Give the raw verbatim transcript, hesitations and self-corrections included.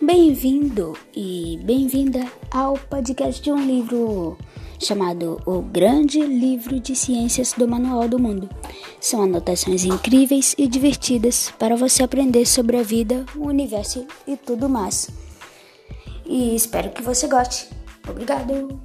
Bem-vindo e bem-vinda ao podcast de um livro chamado O Grande Livro de Ciências do Manual do Mundo. São anotações incríveis e divertidas para você aprender sobre a vida, o universo e tudo mais. E espero que você goste. Obrigado!